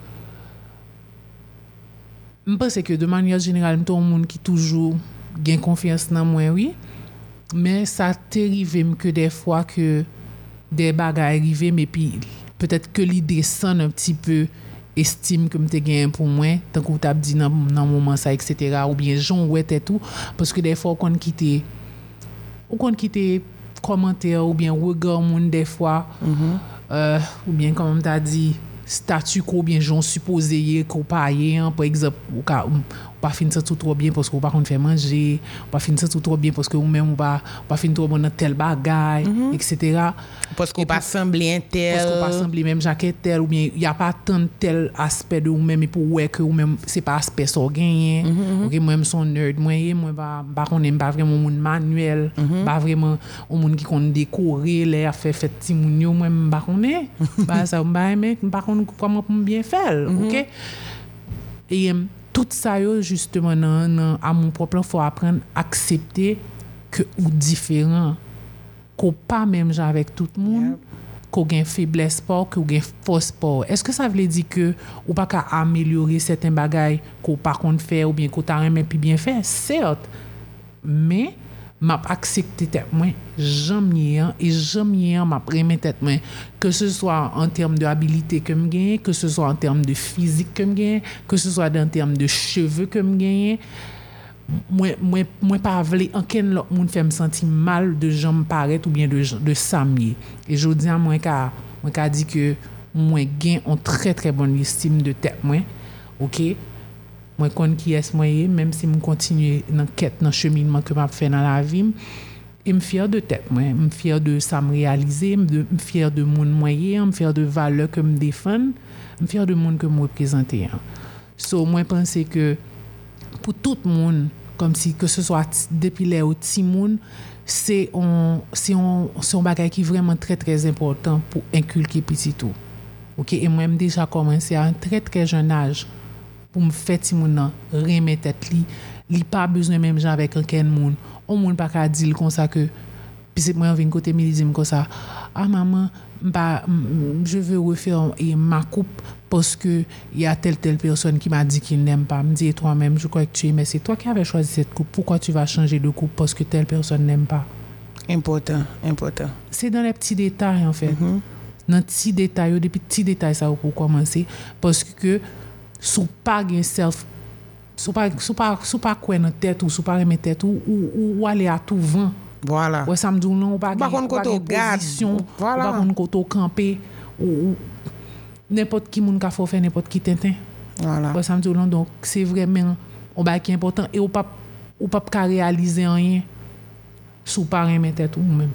je pense que de manière générale tout le monde qui toujours gain confiance dans moi, oui. Mais ça t'arrive que des fois que des bagages arrivent, mais puis peut-être que l'idée descend un petit peu estime que m'te gain pour moi tant que t'as dit dans dans moment ça etc. ou bien Jean ouais et tout parce que des fois qu'on quitter ou qu'on quitter commentaire ou bien regard monde des fois mm-hmm. euh, ou bien comme t'as dit statut ou bien Jean supposé qu'on payer par exemple ou pas finir ça tout trop bien parce qu'on pas qu'on fait manger pas finir ça tout trop bien parce que ou même ou pas pas finir trop bon dans tel bagaille mm-hmm. etc. parce qu'on pas sembler un tel parce qu'on pas sembler même jaquette tel ou bien il y a pas tant tel aspect de ou même pour ouais que ou même c'est pas aspect ça gagner mm-hmm. OK moi même son nerd moi moi pas pas qu'on aime pas vraiment monde manuel mm-hmm. pas vraiment au monde qui connaît décorer les faire fait petit moun yo moi pas connaît bah ça pas aimer pas connaît comment bien faire mm-hmm. OK et tout ça yo justement dans dans amour propre faut apprendre accepter que ou différent qu'on pas même genre avec tout le monde yep. Qu'on gain faiblesse pas qu'on gain force pas est-ce que ça veut dire que ou pas qu'à améliorer certains bagages qu'on pas qu'on faire ou bien qu'on t'a même puis bien faire certes mais m'a accepter tête moi j'aime et j'aime m'a remettre tête moi que ce soit en termes de habilité que me gagne que ce soit en termes de physique que me gagne que ce soit en termes de cheveux que me gagne moi moi moi pas vle aucun l'autre monde fait me sentir mal de jambes paraître ou bien de de samier et je dis à moi qu'a moi qu'a dit que moi gain une très très bonne estime de tête moi OK moi connais qui est moi même si me continuer dans quête dans cheminement que m'a fait dans la vie et me fier de tête moi me fier de ça me réaliser me fier de mon moyen me fier de valeur que me défendre me fier de monde que me représenter so moi penser que pour tout le monde comme si que ce soit depuis les petits monde c'est on c'est on c'est un bagage qui est vraiment très très important pour inculquer petit tout. OK et moi même déjà commencé à un très très jeune âge pour me faire ti moun remettre tête li li pas besoin même gens avec aucun monde on monde pas ka dire comme ça que puis c'est moi vinn côté mi dit comme ça ah maman bah je veux refaire ma coupe parce que il y a telle telle personne qui m'a dit qu'il n'aime pas me dit toi-même je crois que tu aimes mais c'est toi qui avais choisi cette coupe pourquoi tu vas changer de coupe parce que telle personne n'aime pas important important c'est dans les petits détails en fait mm-hmm. dans les petits détails des petits détails ça pour commencer parce que sous pas gain self sous pas sous pas sous pas quoi dans tête ou sous pas remettre tête ou ou, ou aller à tout vent voilà ouais ça me dit non pas gain position voilà pas côté camper ou n'importe qui moun ka faut faire n'importe qui tintin voilà ouais ça me dit non donc c'est vraiment on ba qui important et ou pas ou pas ka réaliser rien sous pas remettre tête ou même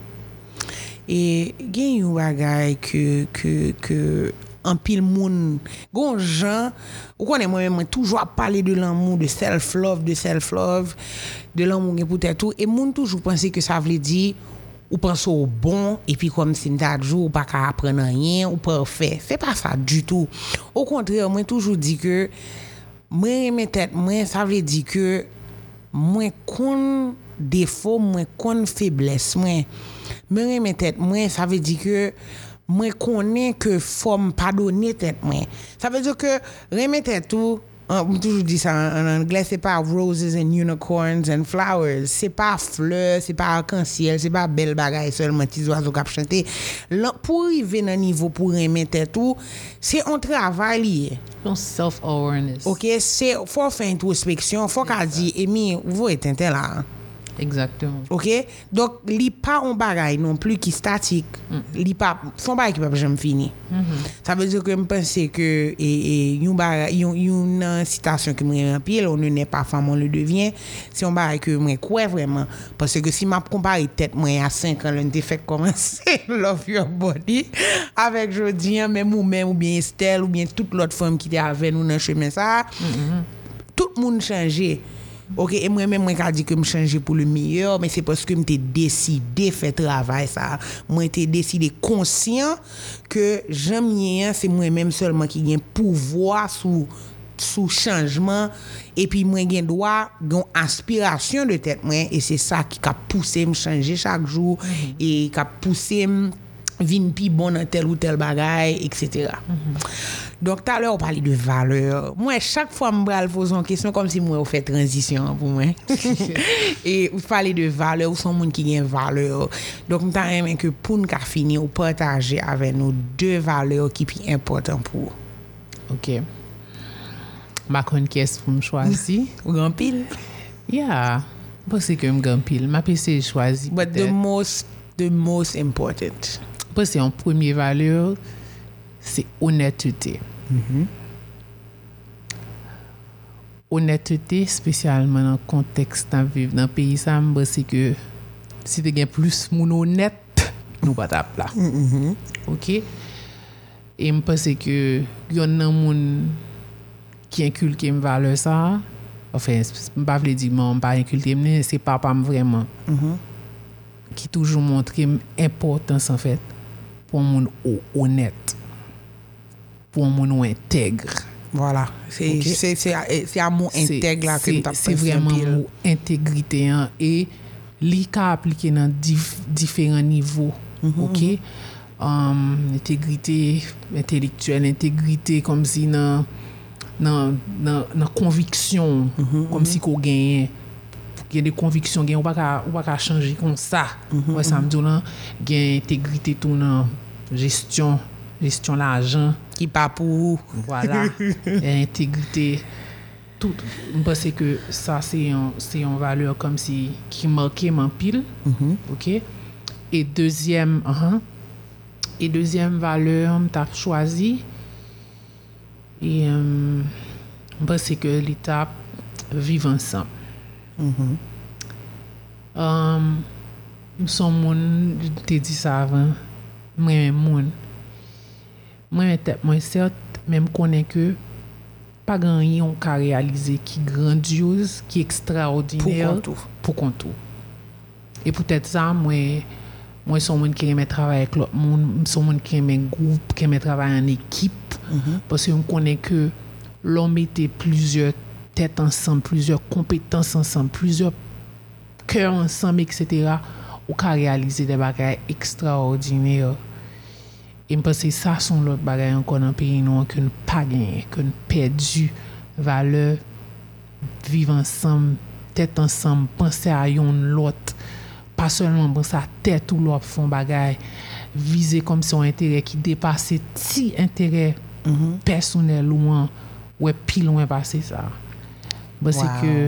et gain yon bagay que que que en pile moun gon gens ou connaît moi même toujours parler de l'amour de self love de self love de l'amour pour tête tout et moun toujours penser que ça veut dire ou pense au bon et puis comme si m'ta jour pas qu'à apprendre rien ou parfait c'est pas ça du tout au contraire moi toujours dit que moi aimer tête moi ça veut dire que moi connais défaut moi connais faiblesse moi moi aimer tête moi ça veut dire que moi connais que forme pardonner tête moi ça veut dire que remettre tout on toujours dit ça en, en anglais c'est pas roses and unicorns and flowers c'est pas fleurs c'est pas arc-en-ciel c'est pas belle bagaille seulement petits oiseaux qui chanter pour arriver dans niveau pour remettre tout c'est un travail lié un self awareness OK c'est faut faire introspection faut qu'a dit Emi vous êtes là Exactement. OK? Donc, li pas un bagay non plus qui statique. Mm. Li pas son bagay qui pas jamais fini. Mm-hmm. Ça veut dire que je pense que et et une bagay une citation que me pile on ne n'est pas femme on le devient, c'est un bagay que moi crois vraiment parce que si m'a comparé tête moi à cinq ans l'on t'ai fait commencer Love Your Body avec Jody même ou même ou bien Estelle ou bien toute l'autre femme qui était avec nous dans chemin ça. Mm-hmm. Tout le monde changé. OK, et moi-même, moi, je dis que je change pour le meilleur, mais c'est parce que je décidé de faire travail, ça. Moi, j'ai décidé conscient que j'aime bien, c'est moi-même seulement qui ai pouvoir sous sous changement et puis moi j'ai droit une aspiration de tête moi et c'est ça qui a poussé me changer chaque jour mm-hmm. et qui a poussé me vin pi bon dans tel ou tel bagay et cetera. Mm-hmm. Donc tout à l'heure on parlait de valeur. Moi chaque fois me bral pose une question comme si moi on fait transition pour moi. Et on parler de valeur ou son monde qui a valeur. Donc on t'a aimé que pour nous finir ou partager avec nous deux valeurs qui sont importantes pour. OK. Ma kon qu'est-ce pour me choisir ou grand pile. Yeah. Parce que me grand pile, ma P C choisi. But the most the most important. Parce que en première valeur c'est honnêteté. Mm-hmm. Honnêteté spécialement dans le contexte dans vivre dans pays ça c'est que si tu gain plus moun honnête nous pas tap là. Mm-hmm. OK. Et me pense que yon nan moun qui inculque me valeur ça enfin pas veut dire moi pas inculquer mais c'est papa vraiment mm-hmm. qui toujours montre importance en fait pour mon honnête pour mon intègre voilà c'est okay. c'est c'est c'est amour intègre là que tu as c'est vraiment mon intégrité hein, et li ka appliquer dans dif, différents niveaux mm-hmm. OK um, intégrité intellectuelle intégrité comme si dans dans dans dans conviction mm-hmm. comme si qu'on gagne il y a des convictions gagne on pas on pas changer comme ça mm-hmm. ouais ça me dit là gagne intégrité tout dans gestion gestion l'argent qui pas pour voilà et intégrité tout je pense que ça c'est un c'est une valeur comme si qui marquait mon pile mm-hmm. OK et deuxième uh-huh, et deuxième valeur m't'a choisi et euh, je pense que l'étape vivre ensemble. Mm-hmm. Um, son monde te dit ça avant moi monde moi tête moi certes même connais que pas grand yon ka réaliser qui grandiose qui extraordinaire pour contour et peut-être ça moi moi son monde qui aime travailler avec l'autre monde son monde qui aime groupe qui aime travailler en équipe mm-hmm. parce que on connaît que l'homme était plusieurs têtes ensemble plusieurs compétences ensemble plusieurs cœurs ensemble et cetera ou ka réaliser des bagages extraordinaires et me penser ça sont l'autre bagages encore dans pays nous que nous pas gagné que nous perdu valeur vivre ensemble tête ensemble penser à yon l'autre pas seulement penser à tête ou l'autre font bagages viser comme son intérêt qui dépassait ti intérêt mm-hmm. personnel loin ouais pile loin passer ça parce wow. que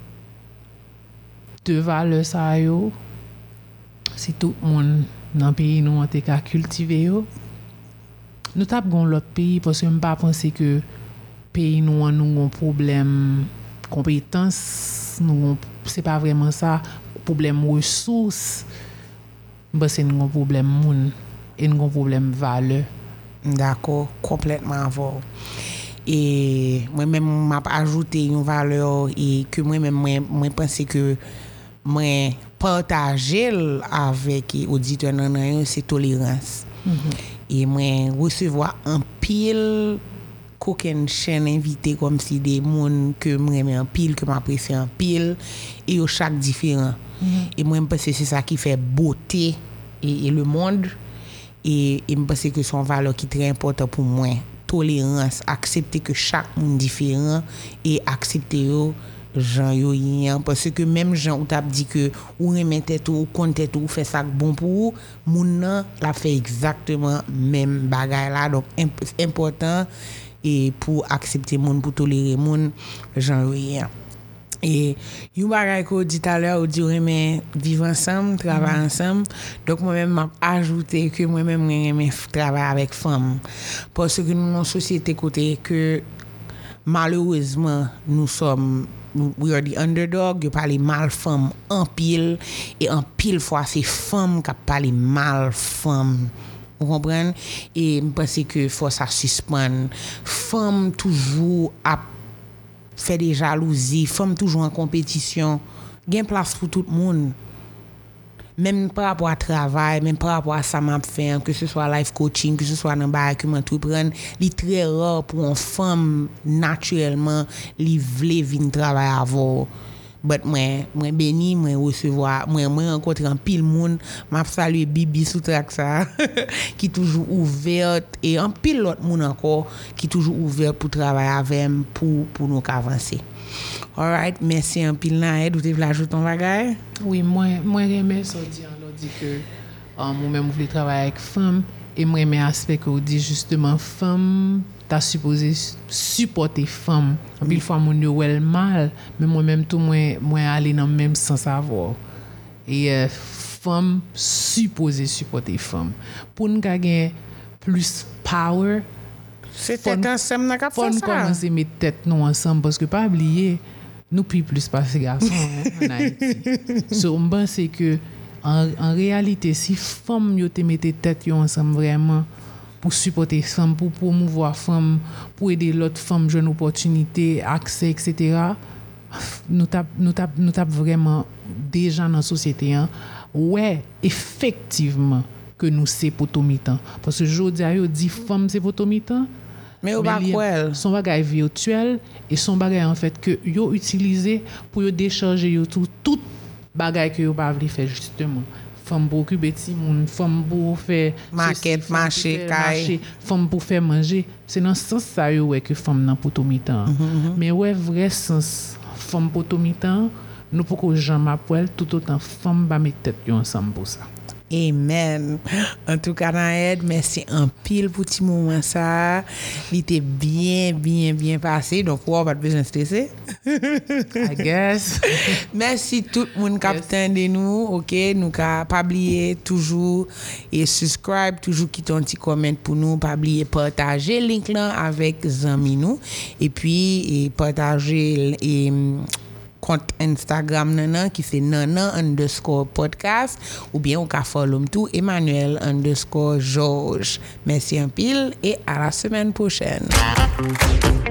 deux valeurs ça yo si tout le monde dans pays nous on te ka cultiver yo nous tap gon l'autre pays parce que me pas penser que pays nous nous un problème compétence nous c'est pas vraiment ça problème ressources bah c'est un problème monde et un problème valeur. D'accord, complètement avant. Et moi-même m'a ajouté une valeur et que moi-même moi, moi pense que moi partager avec les auditeurs c'est tolérance. Mm-hmm. Et moi recevoir un pile qu'aucune chaîne invité comme si des monde que moi aime en pile que m'apprécie en pile et au chaque différent. Mm-hmm. Et moi je pense que c'est ça qui fait beauté et, et le monde et je pense que son valeur qui est très important pour moi tolérance accepter que chaque monde différent et accepter yo gens yo yen parce que même gens ou t'a dit que ou remettait tout ou comptait tout fait ça bon pour moun nan la fait exactement même bagay là donc imp- important et pour accepter monde pour tolérer monde gens yo yen Et yon bagay ko dit tout à l'heure, ou dit remen vivre ensemble, travailler ensemble. Donc moi-même m'a ajouté que moi-même remen travailler avec femme parce que nous dans société côté que malheureusement nous sommes we are the underdog, yo parle mal femme en pile et en pile fois c'est femme qui parle mal femme. Vous comprenez? Et je pense que faut ça suspendre. Femme toujours à fait des jalousies, femme toujours en compétition, gain place pour tout le monde. Même par rapport à travail, même par rapport à ça m'a fait, que ce soit life coaching, que ce soit dans bail que m'entreprendre, il très rare pour une femme naturellement li vle vinn travailler avant. But moi moi béni moi recevoir moi moi rencontrer un pile monde m'a saluer Bibi sous track ça qui toujours ouverte et un pile l'autre monde encore qui toujours ouvert pour travailler avec pour pour nous avancer. All right, merci un pile Naed, ou tu veux ajouter ton bagage? Oui, moi moi j'aime ça dire on dit que moi même voulais travailler avec femme et moi j'aime aspect que dit justement femme t'as supposé supporter femme. En pile fois mon yo wel mal, mais moi même tout moi moi aller dans même sans savoir. Et euh, femme supposé supporter femme. Pour nous gagner plus power, c'était ensemble n'a ka faire ça. Faut commencer mettre tête nous ensemble parce que pas oublier nous puis plus pas ces garçons en Haïti. So on pense que en, en réalité si femme yo te mette tête yo ensemble vraiment pour supporter femmes, pour promouvoir femmes, pour aider l'autre femme jeune opportunité, accès, et cetera. Nous tap, nous tap, nous tap vraiment déjà dans la société. Hein. Ouais, effectivement que nous c'est potomitan. Parce que je dis à eux, dit femme c'est potomitan. Mais au bas quoi? Son bagage virtuel et son bagage en fait que yo utilisé pour yo décharger yo tout tout bagage que yo pas voulu faire justement. Femme pour occuper petit monde, femme pour faire market, marché, marché, femme pour faire manger. C'est dans ce sens ça yo ouais que femme dans potomitan. Mm-hmm. Mais ouais vrai sens femme potomitan, nous pour que jamais poil tout autant femme ba mettre tête yo ensemble pour ça. Amen. En tout cas, Naed, merci un pile pour petit moment ça. Il était bien, bien, bien passé. Donc, on va pas besoin de stresser. I guess. Merci tout le monde qui a de nous. OK, nous pas oublier toujours et subscribe, toujours quitter un petit comment pour nous, pas oublier partager link là avec amis nous et puis et partager et compte Instagram nana qui c'est nana underscore podcast ou bien on ka follow tout Emmanuel underscore George. Merci un pile et à la semaine prochaine.